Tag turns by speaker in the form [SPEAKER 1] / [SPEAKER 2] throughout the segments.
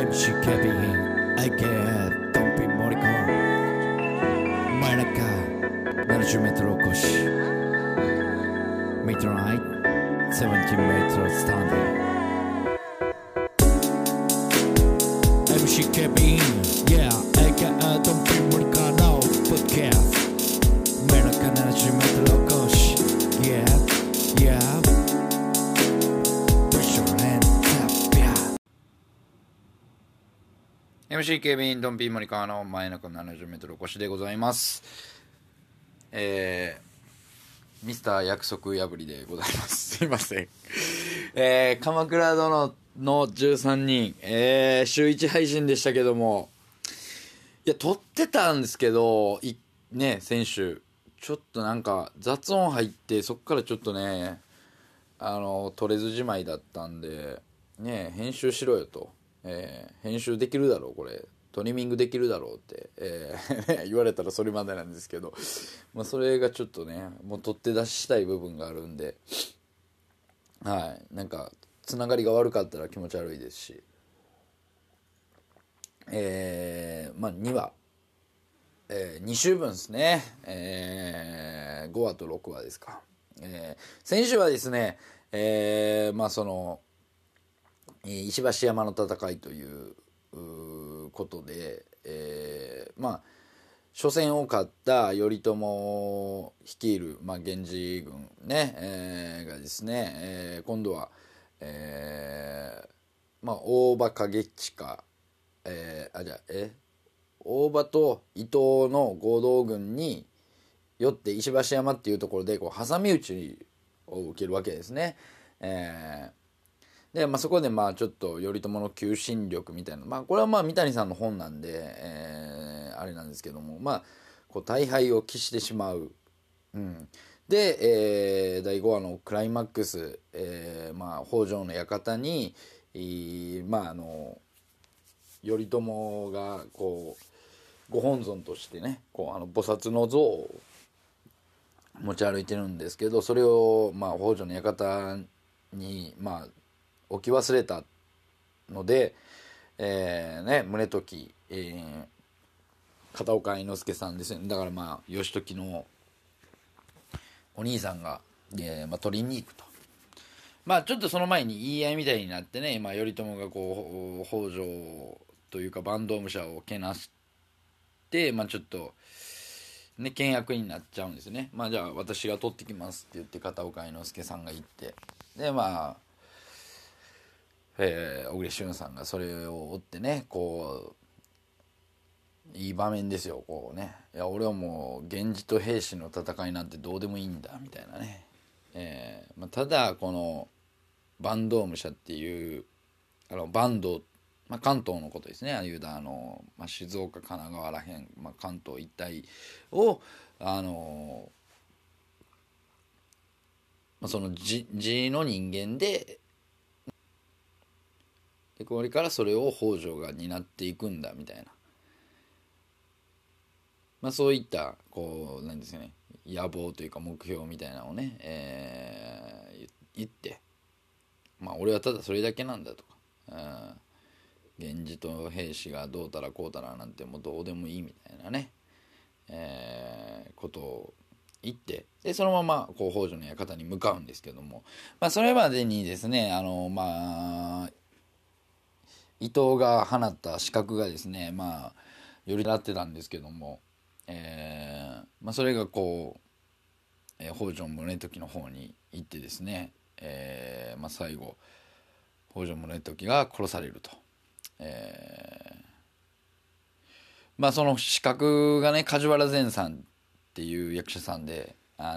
[SPEAKER 1] MC ケビン I get ドンピンモリコン真夜中70メートル起こしミッドナイト70メートルスタンディング MC ケビン Yeah I get ドンピンモリコンのポッドキャスト真夜中70メートル起こし Yeah Yeah MC ケビンドンピーモリカーの真夜中70メートル越しでございます。ミスター約束破りでございます。すいません。鎌倉殿の13人、週1配信でしたけども、いや、撮ってたんですけど、先週、ちょっとなんか雑音入って、そっからちょっとね、撮れずじまいだったんで、編集しろよと。編集できるだろうこれトリミングできるだろうって、言われたらそれまでなんですけど、それがちょっとねもう取って出したい部分があるんで、なんかつながりが悪かったら気持ち悪いですし、2話、2週分ですね、5話と6話ですか、先週はですね、石橋山の戦いということで、初戦を勝った頼朝率いる、源氏軍ね、がですね、今度は、大場景親、大場と伊藤の合同軍によって石橋山っていうところでこう挟み撃ちを受けるわけですね。でそこでちょっと頼朝の求心力みたいな、これは三谷さんの本なんで、あれなんですけども、こう大敗を喫してしまう、で、第5話のクライマックス、北条の館に、頼朝がこうご本尊としてねこう菩薩の像を持ち歩いてるんですけど、それを北条の館に置き忘れたので、宗時、片岡愛之助さんですね。だから義時のお兄さんが、取りに行くと。ちょっとその前に言い合いみたいになってね、頼朝がこう北条というか坂東武者をけなして、ちょっとね倹約になっちゃうんですよね。じゃあ私が取ってきますって言って片岡愛之助さんが行って、で小栗旬さんがそれを追ってねこういい場面ですよ。こうね、いや俺はもう源氏と平氏の戦いなんてどうでもいいんだみたいなね、ただこの坂東武者っていう坂東、関東のことですね。いうだ静岡神奈川らへん、関東一帯をその地の人間でこれからそれを北条が担っていくんだみたいな、そういったこうなんですよね、野望というか目標みたいなのをね、言って、俺はただそれだけなんだとか、源氏と平氏がどうたらこうたらなんてもうどうでもいいみたいなね、ことを言って、でそのままこう北条の館に向かうんですけども、それまでにですね伊藤が放った刺客がですね寄り立ってたんですけども、それがこう、北条宗時の方に行ってですね、最後北条宗時が殺されると、その刺客がね梶原善さんっていう役者さんで、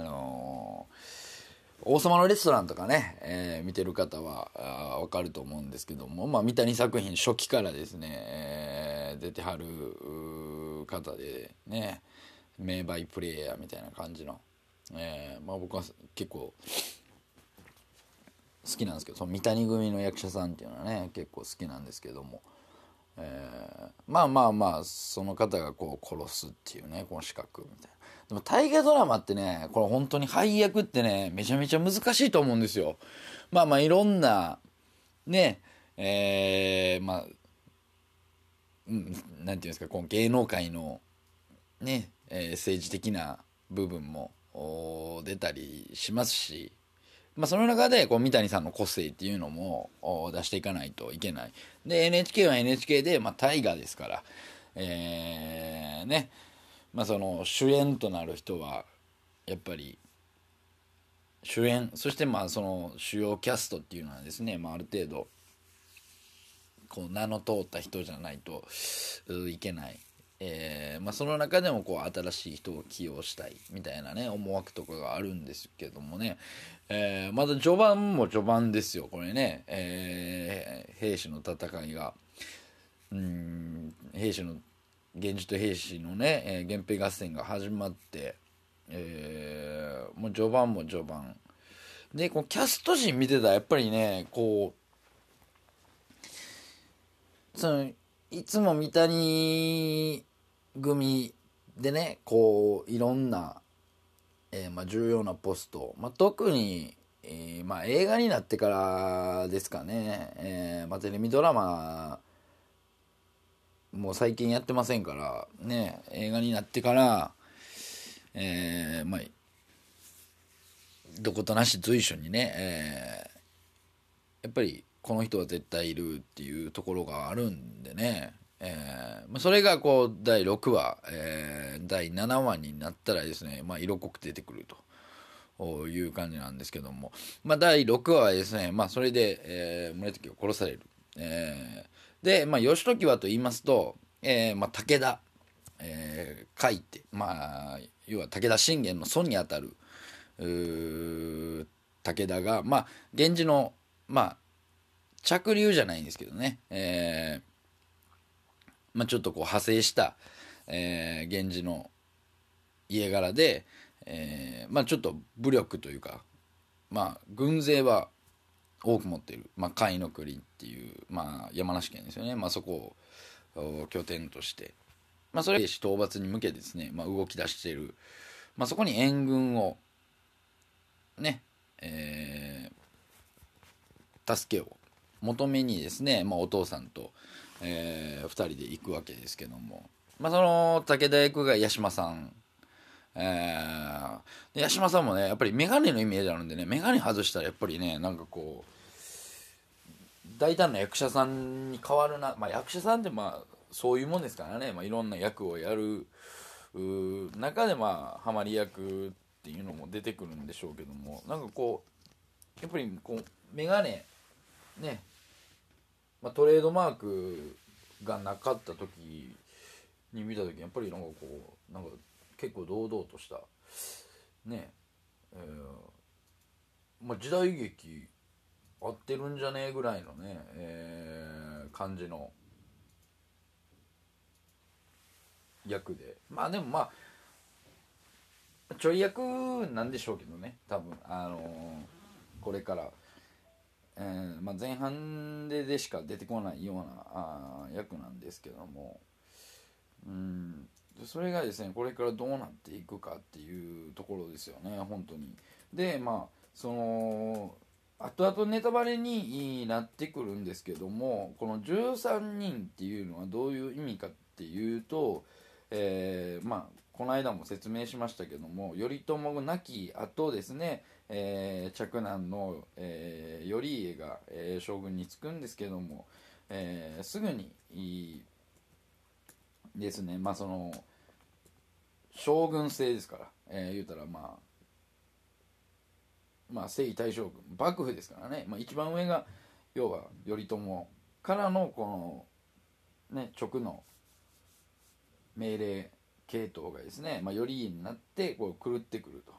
[SPEAKER 1] 王様のレストランとかね、見てる方は分かると思うんですけども、三谷作品初期からですね、出てはる方でね、名バイプレイヤーみたいな感じの、僕は結構好きなんですけど、その三谷組の役者さんっていうのはね結構好きなんですけども、その方がこう殺すっていうねこの刺客みたいな。でも大河ドラマってねこれ本当に配役ってねめちゃめちゃ難しいと思うんですよ。いろんなねなんていうんですか、この芸能界のね、政治的な部分も出たりしますし、その中でこう三谷さんの個性っていうのも出していかないといけない。で NHK は NHK で、大河ですから、ね、その主演となる人はやっぱり主演、そしてその主要キャストっていうのはですね、ある程度こう名の通った人じゃないといけない。その中でもこう新しい人を起用したいみたいなね思惑とかがあるんですけどもね、まだ序盤も序盤ですよこれね、兵士の戦いが兵士の源氏と兵士のね、源平合戦が始まって、もう序盤も序盤でこうキャスト陣見てたらやっぱりねこういつも三谷組でねこういろんな、重要なポスト、特に、映画になってからですかね、テレビドラマもう最近やってませんからね、映画になってから、どことなし随所にね、やっぱりこの人は絶対いるっていうところがあるんでね、それがこう第6話、第7話になったらですね、色濃く出てくるという感じなんですけども、第6話はですね、それで、宗時を殺される、で、義時はと言いますと、武田、甲斐って、要は武田信玄の孫にあたる武田が、源氏の、着流じゃないんですけどね、ちょっとこう派生した、源氏の家柄で、ちょっと武力というか、軍勢は多く持っている、甲斐の国っていう、山梨県ですよね、そこを拠点として、それ討伐に向けてですね、動き出している、そこに援軍をね、助けを求めにですね、お父さんと、2人で行くわけですけども、その武田役が八島さん、で八島さんもねやっぱり眼鏡のイメージあるんでね、眼鏡外したらやっぱりねなんかこう大胆な役者さんに変わるな、役者さんってそういうもんですからね、いろんな役をやる中でハマり役っていうのも出てくるんでしょうけども、なんかこうやっぱりこう眼鏡ね、トレードマークがなかった時に見た時やっぱりなんかこうなんか結構堂々としたね、時代劇合ってるんじゃねえぐらいのね、感じの役で、でもちょい役なんでしょうけどね多分これから、前半でしか出てこないような役なんですけども、それがですねこれからどうなっていくかっていうところですよね本当に。でその後々ネタバレになってくるんですけども、この13人っていうのはどういう意味かっていうと、この間も説明しましたけども、頼朝が亡き後ですね、嫡男の、頼家が、将軍に就くんですけども、すぐにですね、その将軍制ですから、言うたら征夷大将軍幕府ですからね、一番上が要は頼朝からのこのね直の命令系統がですね、頼家になってこう狂ってくると。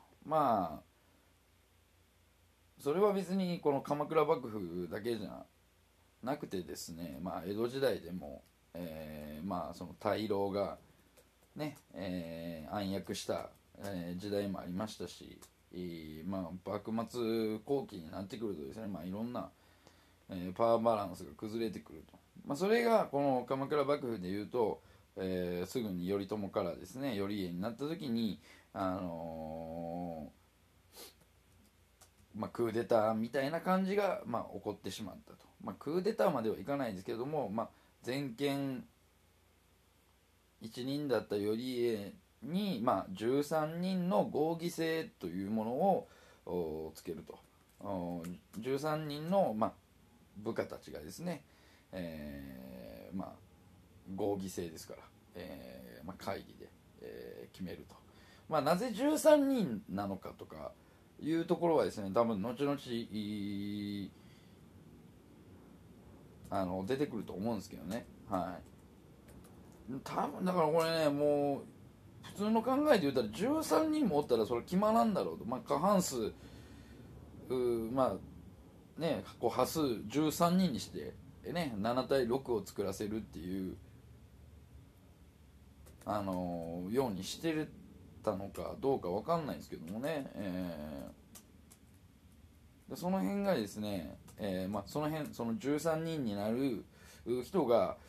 [SPEAKER 1] それは別にこの鎌倉幕府だけじゃなくてですね、江戸時代でも、その大老がね、暗躍した、時代もありましたし、幕末後期になってくるとですね、いろんな、パワーバランスが崩れてくると、それがこの鎌倉幕府でいうと、すぐに頼朝からですね頼家になった時に、クーデターみたいな感じが、起こってしまったと、クーデターまではいかないですけれども、全権 1人だった頼家に、13人の合議制というものをつけると。13人の、部下たちがですね、合議制ですから、会議で、決めると。なぜ13人なのかとかいうところはですね、多分後々出てくると思うんですけどね。はい。多分だからこれね、もう普通の考えで言ったら13人もおったらそれ決まらんだろうと。過半数こう波数13人にしてね、7対6を作らせるっていうようにしてたのかどうかわかんないんですけどもね、でその辺がですね、その13人になる人が、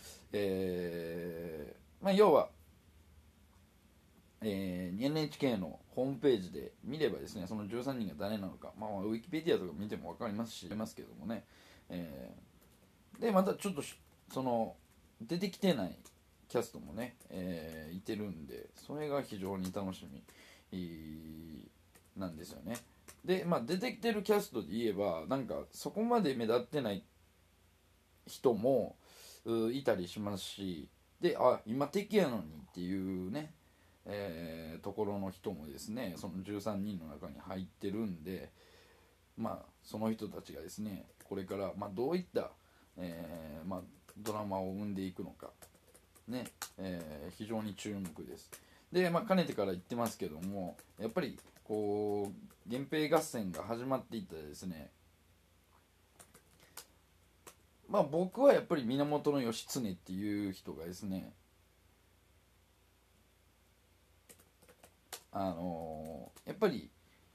[SPEAKER 1] 要は、NHK のホームページで見ればですね、その13人が誰なのか、ウィキペディアとか見ても分かりますし、ますけどもね、でまたちょっとその出てきてないキャストもね、いてるんで、それが非常に楽しみなんですよね。で、出てきてるキャストで言えば、なんかそこまで目立ってない人もいたりしますし、で、今敵やのにっていうね、ところの人もですね、その13人の中に入ってるんで、その人たちがですね、これから、どういった、ドラマを生んでいくのか、ね、非常に注目です。で、かねてから言ってますけども、やっぱりこう源平合戦が始まっていったらですね、僕はやっぱり源義経っていう人がですね、やっぱり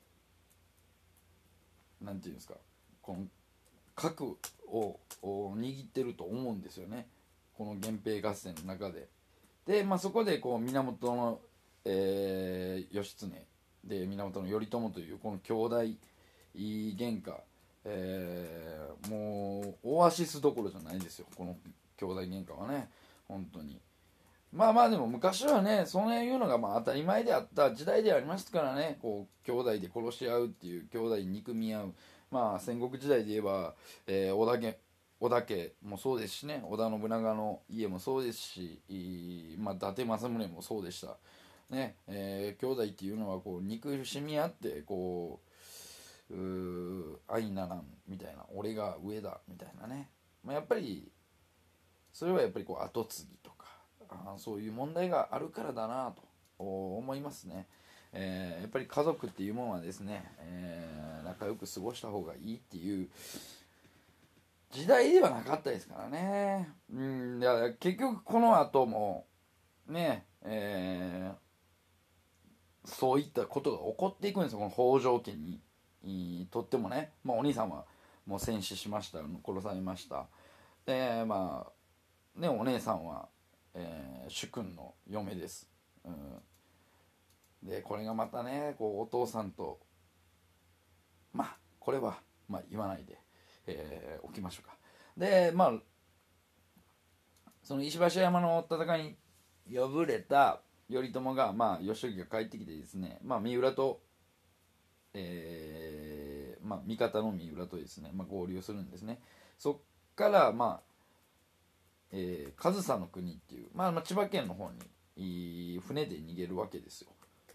[SPEAKER 1] なんていうんですか、この核を握ってると思うんですよね、この源平合戦の中で。で、そこでこう源の、義経で源頼朝というこの兄弟喧嘩、もうオアシスどころじゃないですよ、この兄弟喧嘩はね、本当に。でも昔はね、そういうのが当たり前であった時代でありましたからね、こう兄弟で殺し合うっていう、兄弟に憎み合う、戦国時代で言えば、織田家もそうですしね、織田信長の家もそうですし、伊達政宗もそうでしたね。兄弟っていうのはこう憎しみ合ってこ愛ならんみたいな、俺が上だみたいなね、やっぱりそれはやっぱりこう後継ぎとか、そういう問題があるからだなと思いますね。やっぱり家族っていうものはですね、仲良く過ごした方がいいっていう時代ではなかったですからね。だから結局この後もね、そういったことが起こっていくんですよ、この北条家にとってもね。お兄さんはもう戦死しました、殺されました。でお姉さんは、主君の嫁です、でこれがまたね、こうお父さんと、これは言わないで、おきましょうか。でその石橋山の戦いに敗れた頼朝が、義時が帰ってきてですね、三浦と、味方の三浦とですね、合流するんですね。そっから上総の国っていう、千葉県の方に船で逃げるわけですよ。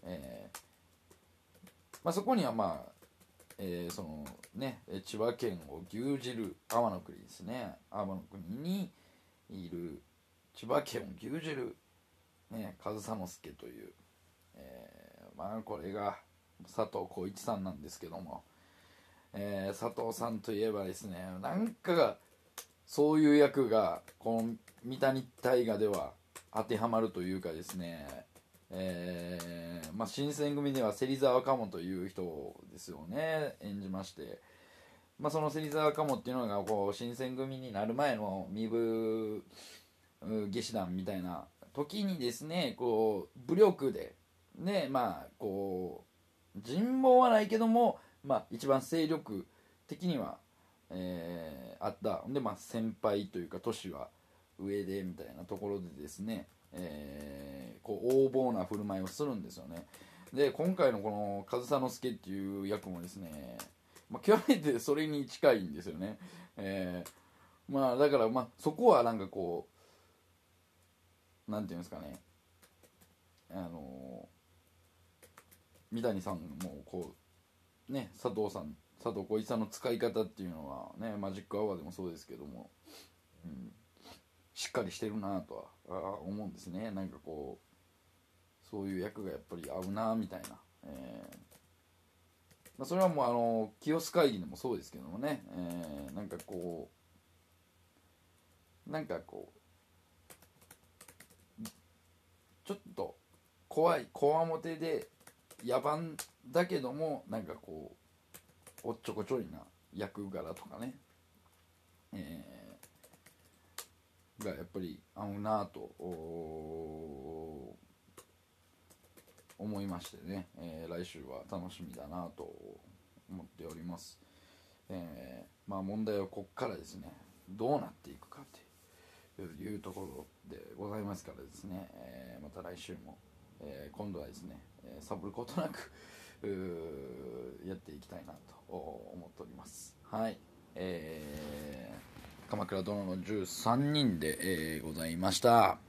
[SPEAKER 1] そこにはそのね、千葉県を牛耳る天の国ですね、天の国にいる千葉県を牛耳る、上総介という、これが佐藤浩市さんなんですけども、佐藤さんといえばですね、なんかがそういう役がこの三谷大河では当てはまるというかですね、新選組では芹沢鴨という人ですよね、演じまして、その芹沢鴨っていうのがこう新選組になる前の身分下士団みたいな時にですね、こう武力でね、こう人望はないけども、一番勢力的には、あったんで、先輩というか年は上でみたいなところでですね、 こう横暴な振る舞いをするんですよね。で今回のこの上総介っていう役もですね、極めてそれに近いんですよね。だからそこはなんかこうなんていうんですかね、三谷さんもこうね、佐藤浩市さんの使い方っていうのはね、マジックアワーでもそうですけども、しっかりしてるなとは思うんですね。なんかこうそういう役がやっぱり合うなみたいな、それはもう清須会議でもそうですけどもね、なんかこうちょっとこわもてで野蛮だけどもなんかこうおっちょこちょいな役柄とかね、がやっぱり合うなと思いましてね、来週は楽しみだなと思っております。問題はこっからですね、どうなっていくかというところでございますからですね、また来週も、今度はですね、サボることなくやっていきたいなと思っております。はい、鎌倉殿の13人で、ございました。